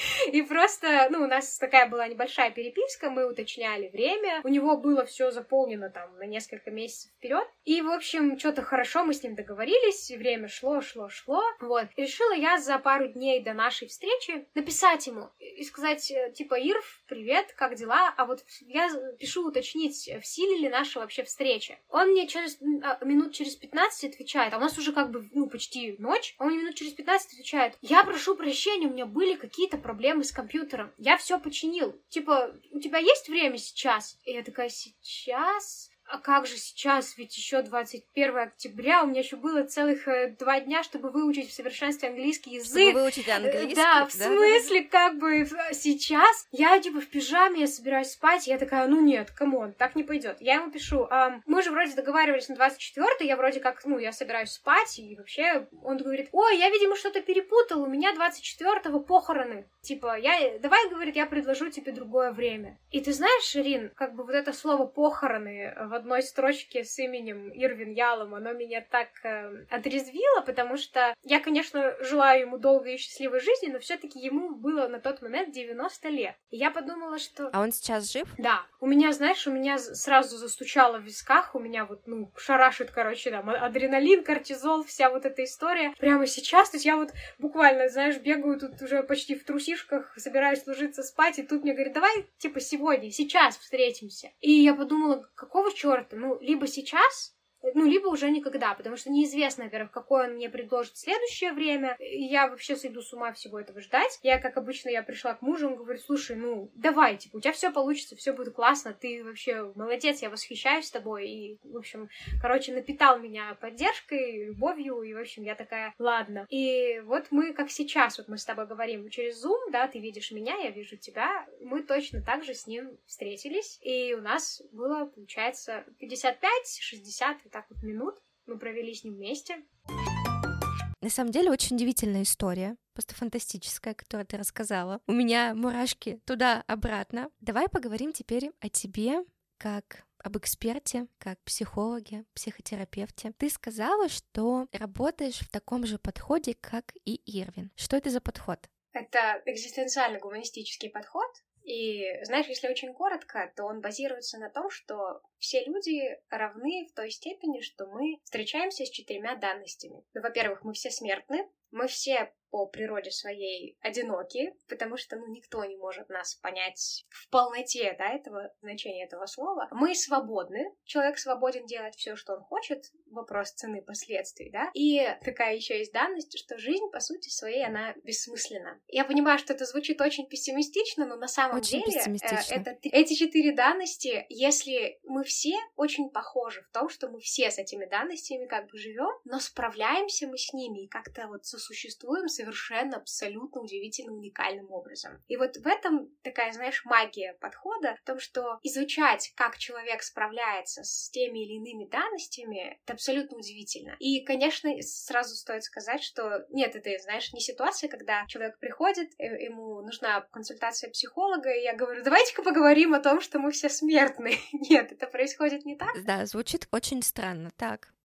И просто, ну, у нас такая была небольшая переписка, мы уточняли время, у него было все заполнено там на несколько месяцев вперед. И, в общем, что-то хорошо, мы с ним договорились, время шло. Вот. И решила я за пару дней до нашей встречи написать ему и сказать, типа: Ирв, привет, как дела? А вот я пишу уточнить, в силе ли наша вообще встреча. Он мне минут через 15 отвечает, а у нас уже как бы, ну, почти ночь. Он мне минут через 15 отвечает: я прошу прощения, у меня были какие-то проблемы с компьютером. Я все починил. Типа, у тебя есть время сейчас? И я такая: сейчас? А как же сейчас? Ведь еще 21 октября, у меня еще было целых 2 дня, чтобы выучить в совершенстве английский язык. Чтобы выучить английский? Да, в смысле, как бы сейчас? Я типа в пижаме, я собираюсь спать, я такая: ну нет, камон, так не пойдет. Я ему пишу: мы же вроде договаривались на 24-й, я вроде как, ну, я собираюсь спать, и вообще он говорит: ой, я, видимо, что-то перепутал, у меня 24-го похороны. Типа, давай, говорит, я предложу тебе другое время. И ты знаешь, Ирин, как бы вот это слово «похороны» в одной строчке с именем Ирвин Ялом, оно меня так отрезвило, потому что я, конечно, желаю ему долгой и счастливой жизни, но все-таки ему было на тот момент 90 лет. И я подумала, что... А он сейчас жив? Да. У меня сразу застучало в висках, у меня вот, ну, шарашит, короче, там, адреналин, кортизол, вся вот эта история. Прямо сейчас, то есть я вот буквально, знаешь, бегаю тут уже почти в трусишках, собираюсь ложиться спать, и тут мне говорят: давай, типа, сегодня, сейчас встретимся. И я подумала: какого черта? Ну, либо сейчас, ну, либо уже никогда, потому что неизвестно, во-первых, какое он мне предложит в следующее время. Я вообще сойду с ума всего этого ждать. Я, как обычно, я пришла к мужу, он говорит: слушай, ну, давай, типа, у тебя все получится, все будет классно, ты вообще молодец, я восхищаюсь тобой. И, в общем, короче, напитал меня поддержкой, любовью, и, в общем, я такая: ладно. И вот мы, как сейчас, вот мы с тобой говорим через Zoom, да, ты видишь меня, я вижу тебя, мы точно так же с ним встретились, и у нас было, получается, 55-60 так вот минут мы провели с ним вместе. На самом деле очень удивительная история, просто фантастическая, которую ты рассказала. У меня мурашки туда-обратно. Давай поговорим теперь о тебе как об эксперте, как психологе, психотерапевте. Ты сказала, что работаешь в таком же подходе, как и Ирвин. Что это за подход? Это экзистенциально-гуманистический подход. И, знаешь, если очень коротко, то он базируется на том, что все люди равны в той степени, что мы встречаемся с 4 данностями. Ну, во-первых, мы все смертны, мы все по природе своей одиноки, потому что, ну, никто не может нас понять в полноте, да, этого значения этого слова. Мы свободны, человек свободен делать все, что он хочет, вопрос цены последствий, да, и такая еще есть данность, что жизнь, по сути своей, она бессмысленна. Я понимаю, что это звучит очень пессимистично, но на самом очень деле эти 4 данности, если мы все очень похожи в том, что мы все с этими данностями как бы живем, но справляемся мы с ними и как-то вот сосуществуем совершенно, абсолютно удивительно уникальным образом. И вот в этом такая, знаешь, магия подхода, в том, что изучать, как человек справляется с теми или иными данностями, это абсолютно удивительно. И, конечно, сразу стоит сказать, что нет, это, знаешь, не ситуация, когда человек приходит, ему нужна консультация психолога, и я говорю: давайте-ка поговорим о том, что мы все смертны. Нет, это происходит не так. Да, звучит очень странно, так.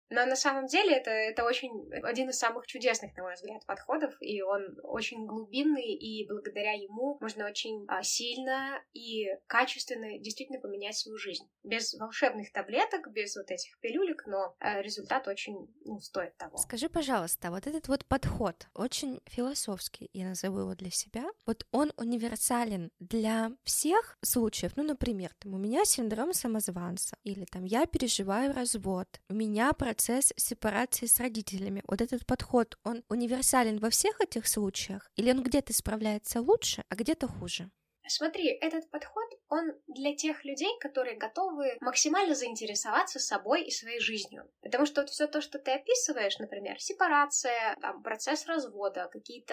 Но на самом деле это очень один из самых чудесных, на мой взгляд, подходов, и он очень глубинный, и благодаря ему можно очень сильно и качественно действительно поменять свою жизнь. Без волшебных таблеток, без вот этих пилюлек, но результат очень стоит того. Скажи, пожалуйста, вот этот вот подход, очень философский, я назову его для себя, вот он универсален для всех случаев, например, у меня синдром самозванца, или я переживаю развод, у меня процесс сепарации с родителями. Вот этот подход, он универсален во всех этих случаях? Или он где-то справляется лучше, а где-то хуже? Смотри, этот подход, он для тех людей, которые готовы максимально заинтересоваться собой и своей жизнью. Потому что вот все то, что ты описываешь, например, сепарация, процесс развода, какие-то,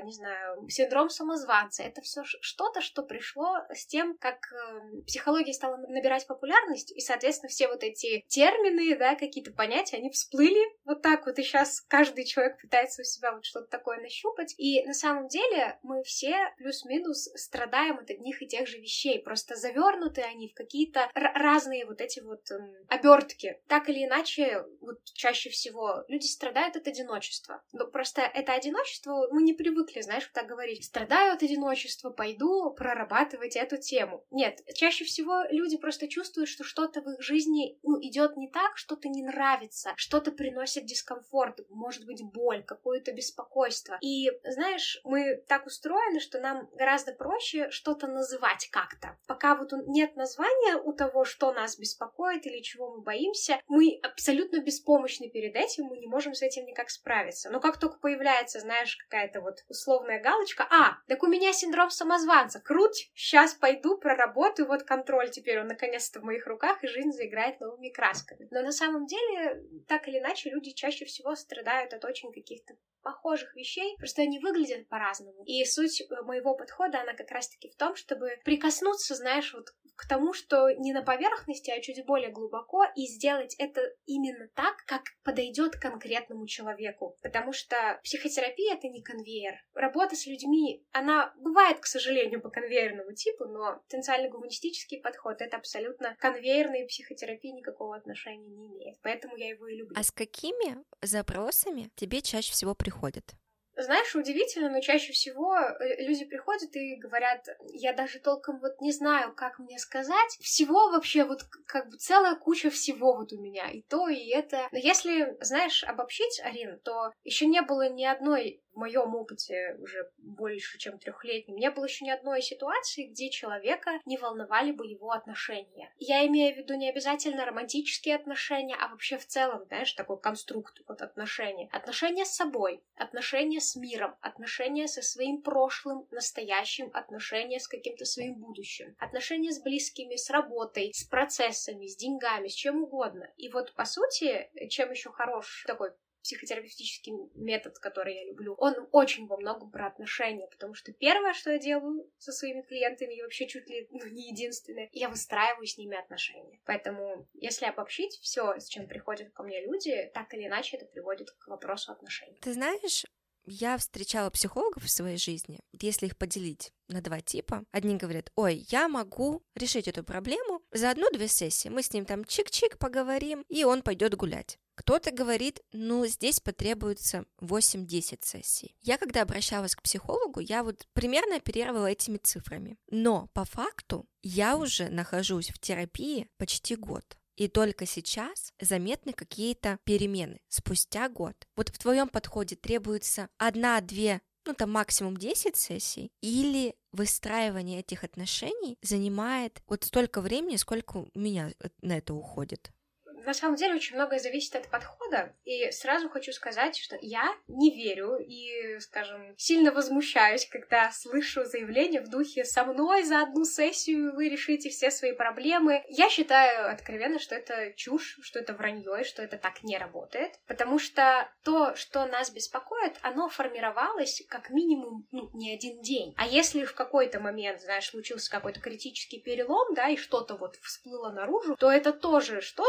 синдром самозванца, это все что-то, что пришло с тем, как психология стала набирать популярность, и, соответственно, все вот эти термины, какие-то понятия, они всплыли вот так вот, и сейчас каждый человек пытается у себя вот что-то такое нащупать. И на самом деле мы все плюс-минус страдаем от одних и тех же вещей, просто завернуты они в какие-то разные вот эти вот обертки. Так или иначе, вот чаще всего люди страдают от одиночества. Но просто это одиночество, мы не привыкли, знаешь, вот так говорить. Страдаю от одиночества, пойду прорабатывать эту тему. Нет, чаще всего люди просто чувствуют, что что-то в их жизни идет не так, что-то не нравится, что-то приносит дискомфорт, может быть, боль, какое-то беспокойство. И, знаешь, мы так устроены, что нам гораздо проще что-то называть как-то. Пока вот нет названия у того, что нас беспокоит или чего мы боимся, мы абсолютно беспомощны перед этим, мы не можем с этим никак справиться. Но как только появляется, знаешь, какая-то вот условная галочка, так у меня синдром самозванца, круть, сейчас пойду, проработаю, вот контроль теперь, он наконец-то в моих руках, и жизнь заиграет новыми красками. Но на самом деле, так или иначе, люди чаще всего страдают от очень каких-то похожих вещей, просто они выглядят по-разному. И суть моего подхода, она как раз-таки в том, чтобы прикоснуться, знаешь, вот к тому, что не на поверхности, а чуть более глубоко, и сделать это именно так, как подойдет конкретному человеку. Потому что психотерапия — это не конвейер. Работа с людьми, она бывает, к сожалению, по конвейерному типу, но потенциально-гуманистический подход — это абсолютно конвейерная психотерапия, никакого отношения не имеет. Поэтому я его и люблю. А с какими запросами тебе чаще всего приходят? Знаешь, удивительно, но чаще всего люди приходят и говорят, я даже толком вот не знаю, как мне сказать. Всего вообще вот как бы целая куча всего вот у меня. И то, и это. Но если, знаешь, обобщить, Арин, то еще не было ни одной в моем опыте уже больше, чем 3-летнем, не было еще ни одной ситуации, где человека не волновали бы его отношения. Я имею в виду не обязательно романтические отношения, а вообще в целом, знаешь, такой конструкт вот отношения. Отношения с собой, отношения с миром, отношения со своим прошлым, настоящим, отношения с каким-то своим будущим, отношения с близкими, с работой, с процессами, с деньгами, с чем угодно. И вот, по сути, чем еще хорош такой психотерапевтический метод, который я люблю, он очень во многом про отношения, потому что первое, что я делаю со своими клиентами, и вообще чуть ли не единственное, я выстраиваю с ними отношения. Поэтому, если обобщить все, с чем приходят ко мне люди, так или иначе это приводит к вопросу отношений. Ты знаешь, я встречала психологов в своей жизни, если их поделить на 2 типа. Одни говорят, ой, я могу решить эту проблему за 1-2 сессии. Мы с ним там чик-чик поговорим, и он пойдет гулять. Кто-то говорит, здесь потребуется 8-10 сессий. Я когда обращалась к психологу, я вот примерно оперировала этими цифрами. Но по факту я уже нахожусь в терапии почти год. И только сейчас заметны какие-то перемены спустя год. Вот в твоем подходе требуется 1-2, максимум 10 сессий, или выстраивание этих отношений занимает вот столько времени, сколько у меня на это уходит? На самом деле очень многое зависит от подхода, и сразу хочу сказать, что я не верю и, скажем, сильно возмущаюсь, когда слышу заявление в духе «со мной за 1 сессию вы решите все свои проблемы». Я считаю откровенно, что это чушь, что это вранье, и что это так не работает, потому что то, что нас беспокоит, оно формировалось как минимум не 1 день. А если в какой-то момент, знаешь, случился какой-то критический перелом, и что-то вот всплыло наружу, то это тоже что-то, что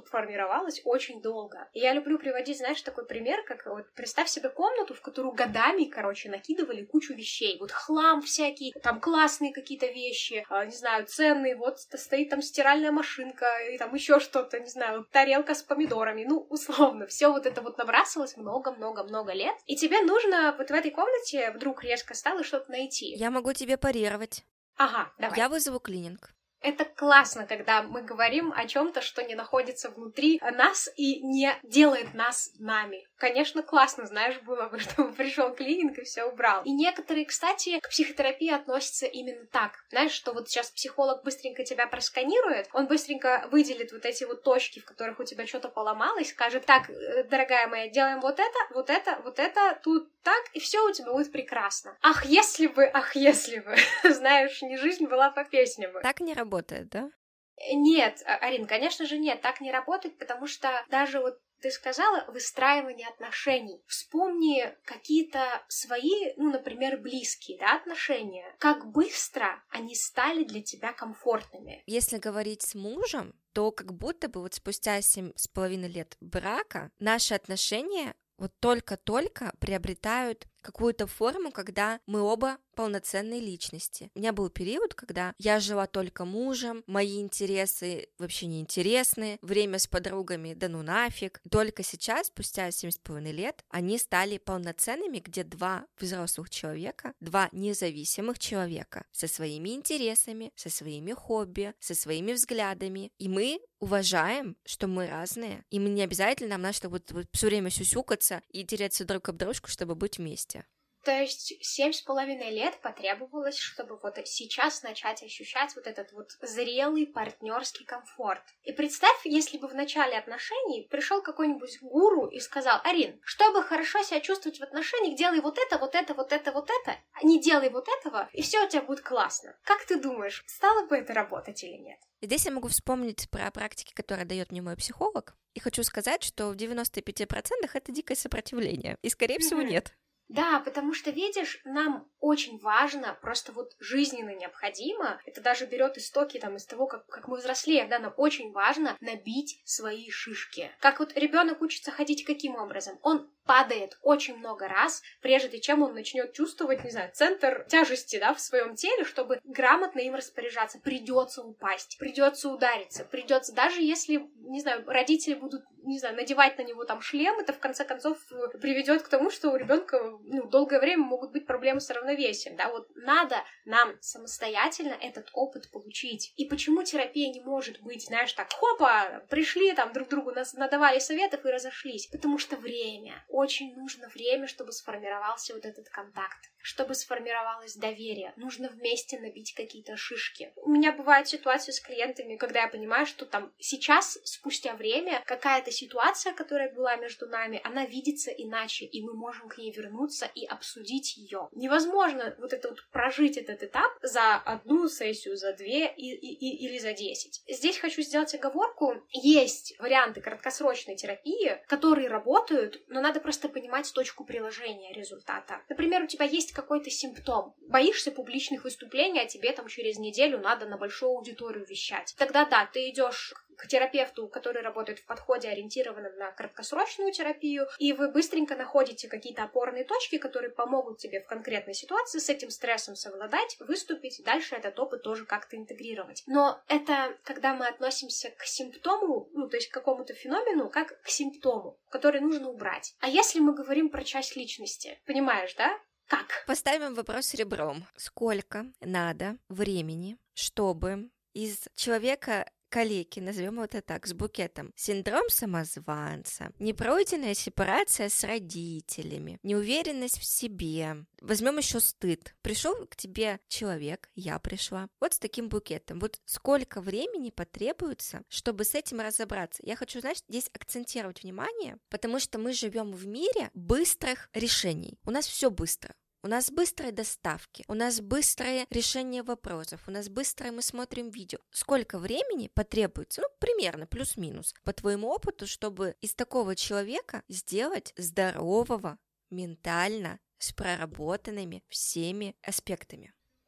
чтобы формировалось очень долго. И я люблю приводить, знаешь, такой пример, как вот представь себе комнату, в которую годами, накидывали кучу вещей. Вот хлам всякий, там классные какие-то вещи, не знаю, ценные, вот стоит там стиральная машинка и там еще что-то, не знаю, тарелка с помидорами, ну, условно. Все вот это вот набрасывалось много-много-много лет. И тебе нужно вот в этой комнате вдруг резко стало что-то найти. Я могу тебе парировать. Ага, давай. Я вызову клининг. Это классно, когда мы говорим о чем-то, что не находится внутри нас и не делает нас нами. Конечно, классно, знаешь, было бы, чтобы пришел клининг и все убрал. И некоторые, кстати, к психотерапии относятся именно так. Знаешь, что вот сейчас психолог быстренько тебя просканирует, он быстренько выделит вот эти вот точки, в которых у тебя что-то поломалось, скажет: так, дорогая моя, делаем вот это, тут так, и все у тебя будет прекрасно. Ах, если бы, знаешь, не жизнь была по песням. Так не работает, да? Нет, Арин, конечно же нет, так не работает, потому что даже вот ты сказала выстраивание отношений. Вспомни какие-то свои, например, близкие, да, отношения. Как быстро они стали для тебя комфортными. Если говорить с мужем, то как будто бы вот спустя 7,5 лет брака наши отношения вот только-только приобретают какую-то форму, когда мы оба полноценные личности. У меня был период, когда я жила только мужем, мои интересы вообще не интересны, время с подругами, да ну нафиг. Только сейчас, спустя 7,5 лет, они стали полноценными, где два взрослых человека, два независимых человека со своими интересами, со своими хобби, со своими взглядами. И мы уважаем, что мы разные, и мы не обязательно нам надо, чтобы вот все время сюсюкаться и тереться друг об дружку, чтобы быть вместе. То есть 7,5 лет потребовалось, чтобы вот сейчас начать ощущать вот этот вот зрелый партнерский комфорт. И представь, если бы в начале отношений пришел какой-нибудь гуру и сказал: Арин, чтобы хорошо себя чувствовать в отношениях, делай вот это, а не делай вот этого, и все у тебя будет классно. Как ты думаешь, стало бы это работать или нет? Здесь я могу вспомнить про практики, которые дает мне мой психолог, и хочу сказать, что в 95% это дикое сопротивление, и, скорее всего, нет. Да, потому что, видишь, нам очень важно, просто вот жизненно необходимо, это даже берет истоки там из того, как мы взрослеем, да, нам очень важно набить свои шишки. Как вот ребенок учится ходить каким образом? Он падает очень много раз, прежде чем он начнет чувствовать, не знаю, центр тяжести, да, в своем теле, чтобы грамотно им распоряжаться. Придется упасть, придется удариться, придется, даже если, не знаю, родители будут, не знаю, надевать на него там шлем, это в конце концов приведет к тому, что у ребенка долгое время могут быть проблемы с равновесием, да, вот надо нам самостоятельно этот опыт получить. И почему терапия не может быть, знаешь, так, хопа, пришли там друг другу, нас надавали советов и разошлись? Потому что время. Очень нужно время, чтобы сформировался вот этот контакт, чтобы сформировалось доверие. Нужно вместе набить какие-то шишки. У меня бывают ситуации с клиентами, когда я понимаю, что там сейчас, спустя время, какая-то ситуация, которая была между нами, она видится иначе, и мы можем к ней вернуться и обсудить ее. Невозможно вот это вот прожить этот этап за одну сессию, за 2 или за 10. Здесь хочу сделать оговорку. Есть варианты краткосрочной терапии, которые работают, но надо просто понимать точку приложения результата. Например, у тебя есть какой-то симптом. Боишься публичных выступлений, а тебе там через неделю надо на большую аудиторию вещать. Тогда да, ты идешь к терапевту, который работает в подходе, ориентированном на краткосрочную терапию, и вы быстренько находите какие-то опорные точки, которые помогут тебе в конкретной ситуации с этим стрессом совладать, выступить, и дальше этот опыт тоже как-то интегрировать. Но это когда мы относимся к симптому, то есть к какому-то феномену, как к симптому, который нужно убрать. А если мы говорим про часть личности, понимаешь, да? Как? Поставим вопрос ребром. Сколько надо времени, чтобы из человека калеки, назовем его это так, с букетом, синдром самозванца, непройденная сепарация с родителями, неуверенность в себе, возьмем еще стыд. Пришел к тебе человек, я пришла, вот с таким букетом. Вот сколько времени потребуется, чтобы с этим разобраться? Я хочу, знаешь, здесь акцентировать внимание, потому что мы живем в мире быстрых решений. У нас все быстро. У нас быстрые доставки, у нас быстрое решение вопросов, у нас быстрое мы смотрим видео. Сколько времени потребуется, примерно, плюс-минус, по твоему опыту, чтобы из такого человека сделать здорового, ментально, с проработанными всеми аспектами?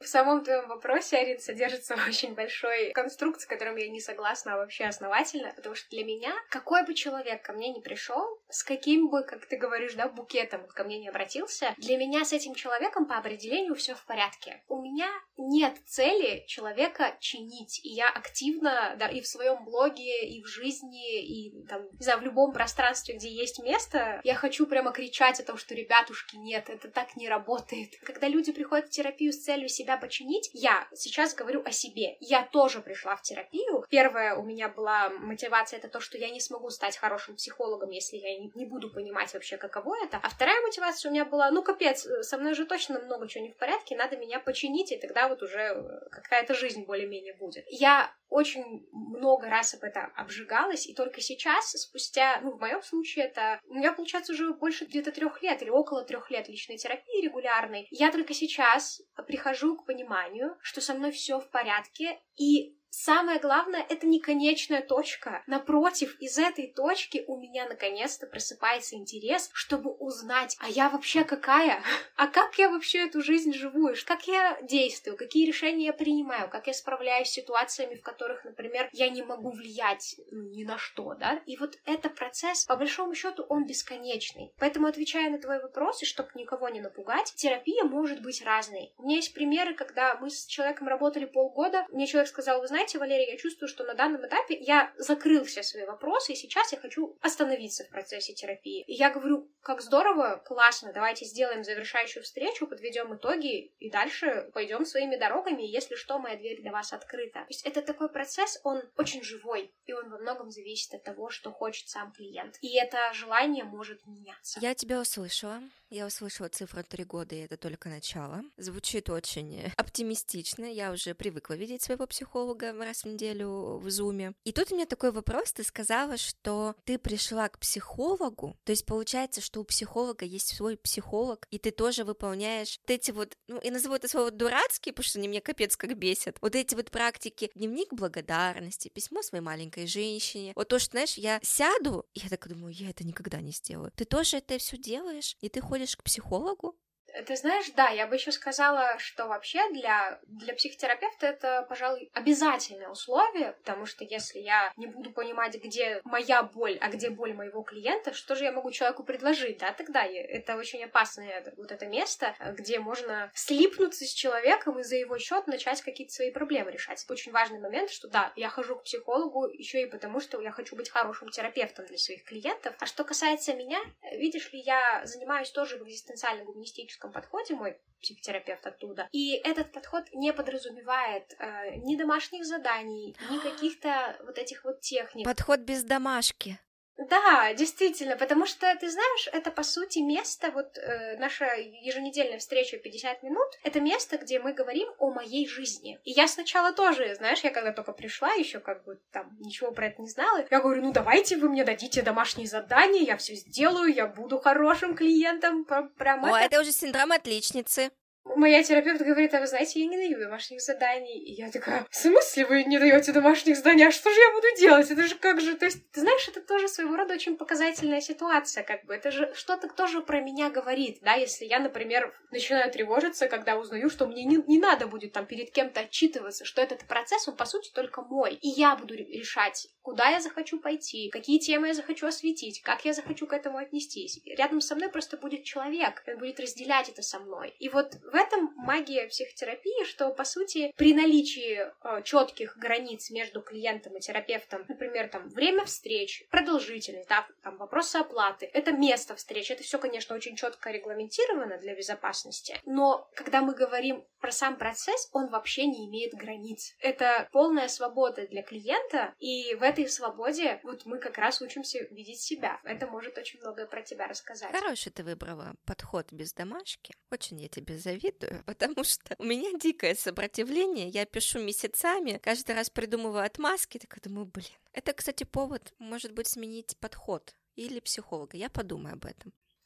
В самом твоем вопросе, Арин, содержится очень большой конструкт, с которым я не согласна вообще основательно, потому что для меня, какой бы человек ко мне ни пришел, с каким бы, как ты говоришь, да, букетом ко мне не обратился, для меня с этим человеком по определению все в порядке. У меня нет цели человека чинить, и я активно, да, и в своем блоге, и в жизни, и там, не знаю, в любом пространстве, где есть место, я хочу прямо кричать о том, что, ребятушки, нет, это так не работает. Когда люди приходят в терапию с целью себя починить, я сейчас говорю о себе. Я тоже пришла в терапию. Первая у меня была мотивация, это то, что я не смогу стать хорошим психологом, если я не буду понимать вообще, каково это. А вторая мотивация у меня была, ну, капец, со мной же точно много чего не в порядке, надо меня починить, и тогда вот уже какая-то жизнь более-менее будет. Я очень много раз об этом обжигалась, и только сейчас, спустя, ну, в моем случае это, у меня, получается, уже больше где-то 3 лет или около 3 лет личной терапии регулярной, я только сейчас прихожу к пониманию, что со мной все в порядке, и самое главное, это не конечная точка. Напротив, из этой точки у меня наконец-то просыпается интерес, чтобы узнать, а я вообще какая? А как я вообще эту жизнь живу? И как я действую? Какие решения я принимаю? Как я справляюсь с ситуациями, в которых, например, я не могу влиять ни на что, да? И вот этот процесс, по большому счету, он бесконечный. Поэтому, отвечая на твой вопрос, и чтобы никого не напугать, терапия может быть разной. У меня есть примеры, когда мы с человеком работали полгода, мне человек сказал, вы знаете, Валерия, я чувствую, что на данном этапе я закрыл все свои вопросы, и сейчас я хочу остановиться в процессе терапии. И я говорю, как здорово, классно, давайте сделаем завершающую встречу, подведем итоги, и дальше пойдем своими дорогами, и если что, моя дверь для вас открыта. То есть это такой процесс, он очень живой, и он во многом зависит от того, что хочет сам клиент. И это желание может меняться. Я тебя услышала. Я услышала цифру 3 года, и это только начало. Звучит очень оптимистично. Я уже привыкла видеть своего психолога раз в неделю в Зуме. И тут у меня такой вопрос. Ты сказала, что ты пришла к психологу. То есть получается, что у психолога есть свой психолог, и ты тоже выполняешь вот эти вот, ну, я назову это слово дурацкие, потому что они меня капец как бесят. Вот эти вот практики. Дневник благодарности, письмо своей маленькой женщине. Вот то, что, знаешь, я сяду, и я так думаю, я это никогда не сделаю. Ты тоже это все делаешь, и ты ходишь к психологу? Ты знаешь, да, я бы еще сказала, что вообще для психотерапевта это, пожалуй, обязательное условие, потому что если я не буду понимать, где моя боль, а где боль моего клиента, что же я могу человеку предложить, да, тогда это очень опасное вот это место, где можно слипнуться с человеком и за его счет начать какие-то свои проблемы решать. Это очень важный момент, что да, я хожу к психологу еще и потому, что я хочу быть хорошим терапевтом для своих клиентов. А что касается меня, видишь ли, я занимаюсь тоже в экзистенциально-гуманистическом подходе, мой психотерапевт оттуда. И этот подход не подразумевает ни домашних заданий, ни каких-то вот этих вот техник. Подход без домашки. Да, действительно, потому что, ты знаешь, это, по сути, место, вот наша еженедельная встреча 50 минут, это место, где мы говорим о моей жизни. И я сначала тоже, знаешь, я когда только пришла, еще как бы там ничего про это не знала, я говорю, ну давайте вы мне дадите домашние задания, я все сделаю, я буду хорошим клиентом, прям это уже синдром отличницы. Моя терапевт говорит, а вы знаете, я не даю домашних заданий. И я такая, в смысле вы не даете домашних заданий? А что же я буду делать? Это же как же... То есть, ты знаешь, это тоже своего рода очень показательная ситуация, как бы. Это же что-то тоже про меня говорит, да? Если я, например, начинаю тревожиться, когда узнаю, что мне не надо будет там перед кем-то отчитываться, что этот процесс, он, по сути, только мой. И я буду решать, куда я захочу пойти, какие темы я захочу осветить, как я захочу к этому отнестись. Рядом со мной просто будет человек, он будет разделять это со мной. И вот в этом магия психотерапии, что, по сути, при наличии четких границ между клиентом и терапевтом, например, там, время встреч, продолжительность, да, там, вопросы оплаты, это место встреч, это все, конечно, очень четко регламентировано для безопасности, но когда мы говорим про сам процесс, он вообще не имеет границ. Это полная свобода для клиента, и в этой свободе вот мы как раз учимся видеть себя. Это может очень многое про тебя рассказать. Хороший ты выбрала подход без домашки. Очень я тебе завидую, потому что у меня дикое сопротивление. Я пишу месяцами, каждый раз придумываю отмазки, так думаю, блин. Это, кстати, повод, может быть, сменить подход или психолога. Я подумаю об этом.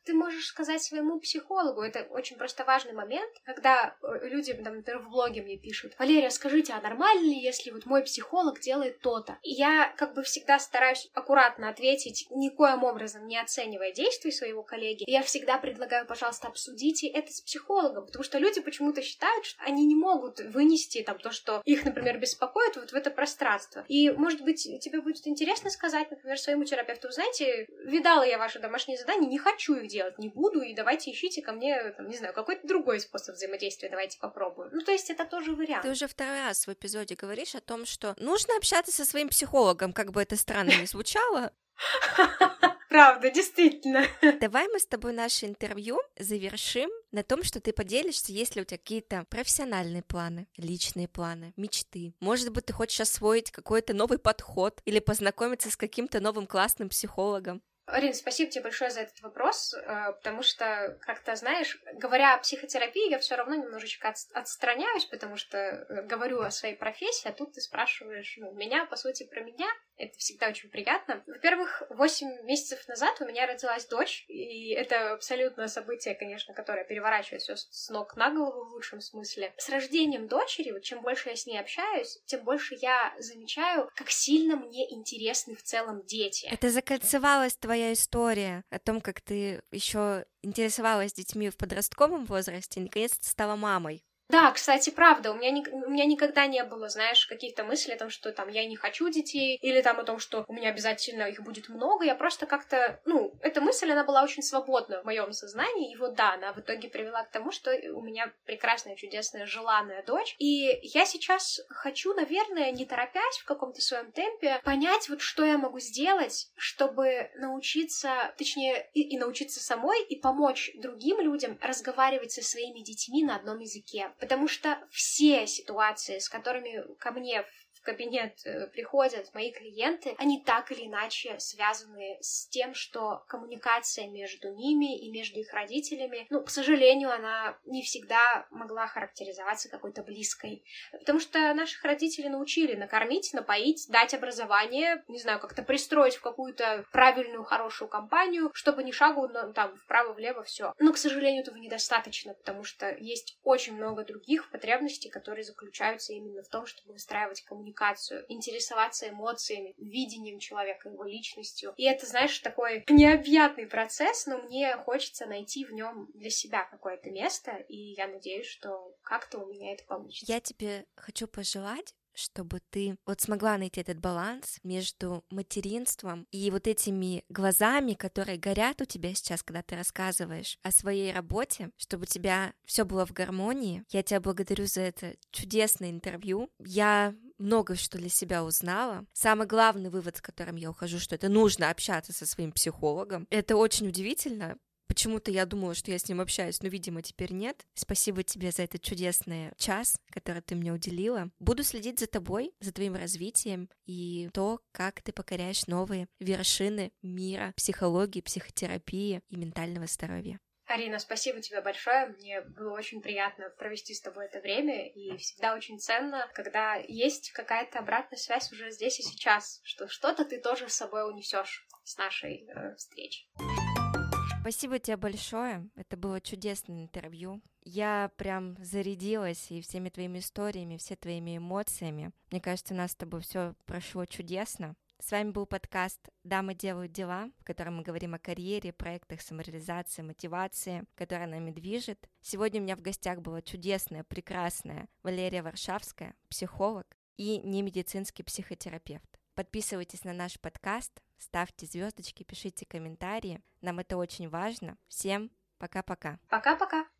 ты можешь сказать своему психологу. Это очень просто важный момент, когда люди, там, например, в блоге мне пишут: Валерия, скажите, а нормально ли, если вот мой психолог делает то-то? И я как бы всегда стараюсь аккуратно ответить, никоим образом не оценивая действий своего коллеги. Я всегда предлагаю: пожалуйста, обсудите это с психологом, потому что люди почему-то считают, что они не могут вынести там то, что их, например, беспокоит вот в это пространство. И, может быть, тебе будет интересно сказать, например, своему терапевту: знаете, видала я ваши домашние задания, не хочу их делать, не буду, и давайте ищите ко мне, там, не знаю, какой-то другой способ взаимодействия, давайте попробуем. Ну, то есть это тоже вариант. Ты уже второй раз в эпизоде говоришь о том, что нужно общаться со своим психологом, как бы это странно ни звучало. Правда, действительно. Давай мы с тобой наше интервью завершим на том, что ты поделишься, есть ли у тебя какие-то профессиональные планы, личные планы, мечты. Может быть, ты хочешь освоить какой-то новый подход или познакомиться с каким-то новым классным психологом. Арина, спасибо тебе большое за этот вопрос, потому что, как-то, знаешь, говоря о психотерапии, я все равно немножечко отстраняюсь, потому что говорю о своей профессии, а тут ты спрашиваешь, меня, по сути, про меня. Это всегда очень приятно. Во-первых, 8 месяцев назад у меня родилась дочь, и это абсолютно событие, конечно, которое переворачивает все с ног на голову в лучшем смысле. С рождением дочери, вот чем больше я с ней общаюсь, тем больше я замечаю, как сильно мне интересны в целом дети. Это закольцевалась твоя история о том, как ты еще интересовалась детьми в подростковом возрасте и наконец-то стала мамой. Да, кстати, правда, у меня никогда не было, знаешь, каких-то мыслей о том, что там я не хочу детей, или там о том, что у меня обязательно их будет много. Я просто как-то, эта мысль, она была очень свободна в моем сознании, и вот да, она в итоге привела к тому, что у меня прекрасная, чудесная, желанная дочь. И я сейчас хочу, наверное, не торопясь, в каком-то своем темпе, понять, вот что я могу сделать, чтобы научиться, точнее, и научиться самой, и помочь другим людям разговаривать со своими детьми на одном языке. Потому что все ситуации, с которыми ко мне в кабинет приходят мои клиенты, они так или иначе связаны с тем, что коммуникация между ними и между их родителями, к сожалению, она не всегда могла характеризоваться какой-то близкой. Потому что наших родителей научили накормить, напоить, дать образование, не знаю, как-то пристроить в какую-то правильную, хорошую компанию, чтобы ни шагу там вправо-влево все. Но, к сожалению, этого недостаточно, потому что есть очень много других потребностей, которые заключаются именно в том, чтобы выстраивать коммуникацию, интересоваться эмоциями, видением человека, его личностью. И это, знаешь, такой необъятный процесс, но мне хочется найти в нем для себя какое-то место, и я надеюсь, что как-то у меня это получится. Я тебе хочу пожелать, чтобы ты вот смогла найти этот баланс между материнством и вот этими глазами, которые горят у тебя сейчас, когда ты рассказываешь о своей работе, чтобы у тебя все было в гармонии. Я тебя благодарю за это чудесное интервью. Я много что для себя узнала. Самый главный вывод, с которым я ухожу, что это нужно общаться со своим психологом. Это очень удивительно. Почему-то я думала, что я с ним общаюсь, но, видимо, теперь нет. Спасибо тебе за этот чудесный час, который ты мне уделила. Буду следить за тобой, за твоим развитием и то, как ты покоряешь новые вершины мира психологии, психотерапии и ментального здоровья. Арина, спасибо тебе большое. Мне было очень приятно провести с тобой это время, и всегда очень ценно, когда есть какая-то обратная связь уже здесь и сейчас, что что-то ты тоже с собой унесешь с нашей встречи. Спасибо тебе большое. Это было чудесное интервью. Я прям зарядилась и всеми твоими историями, все твоими эмоциями. Мне кажется, у нас с тобой все прошло чудесно. С вами был подкаст «Дамы делают дела», в котором мы говорим о карьере, проектах самореализации, мотивации, которая нами движет. Сегодня у меня в гостях была чудесная, прекрасная Валерия Варшавская, психолог и немедицинский психотерапевт. Подписывайтесь на наш подкаст, ставьте звездочки, пишите комментарии. Нам это очень важно. Всем пока-пока. Пока-пока.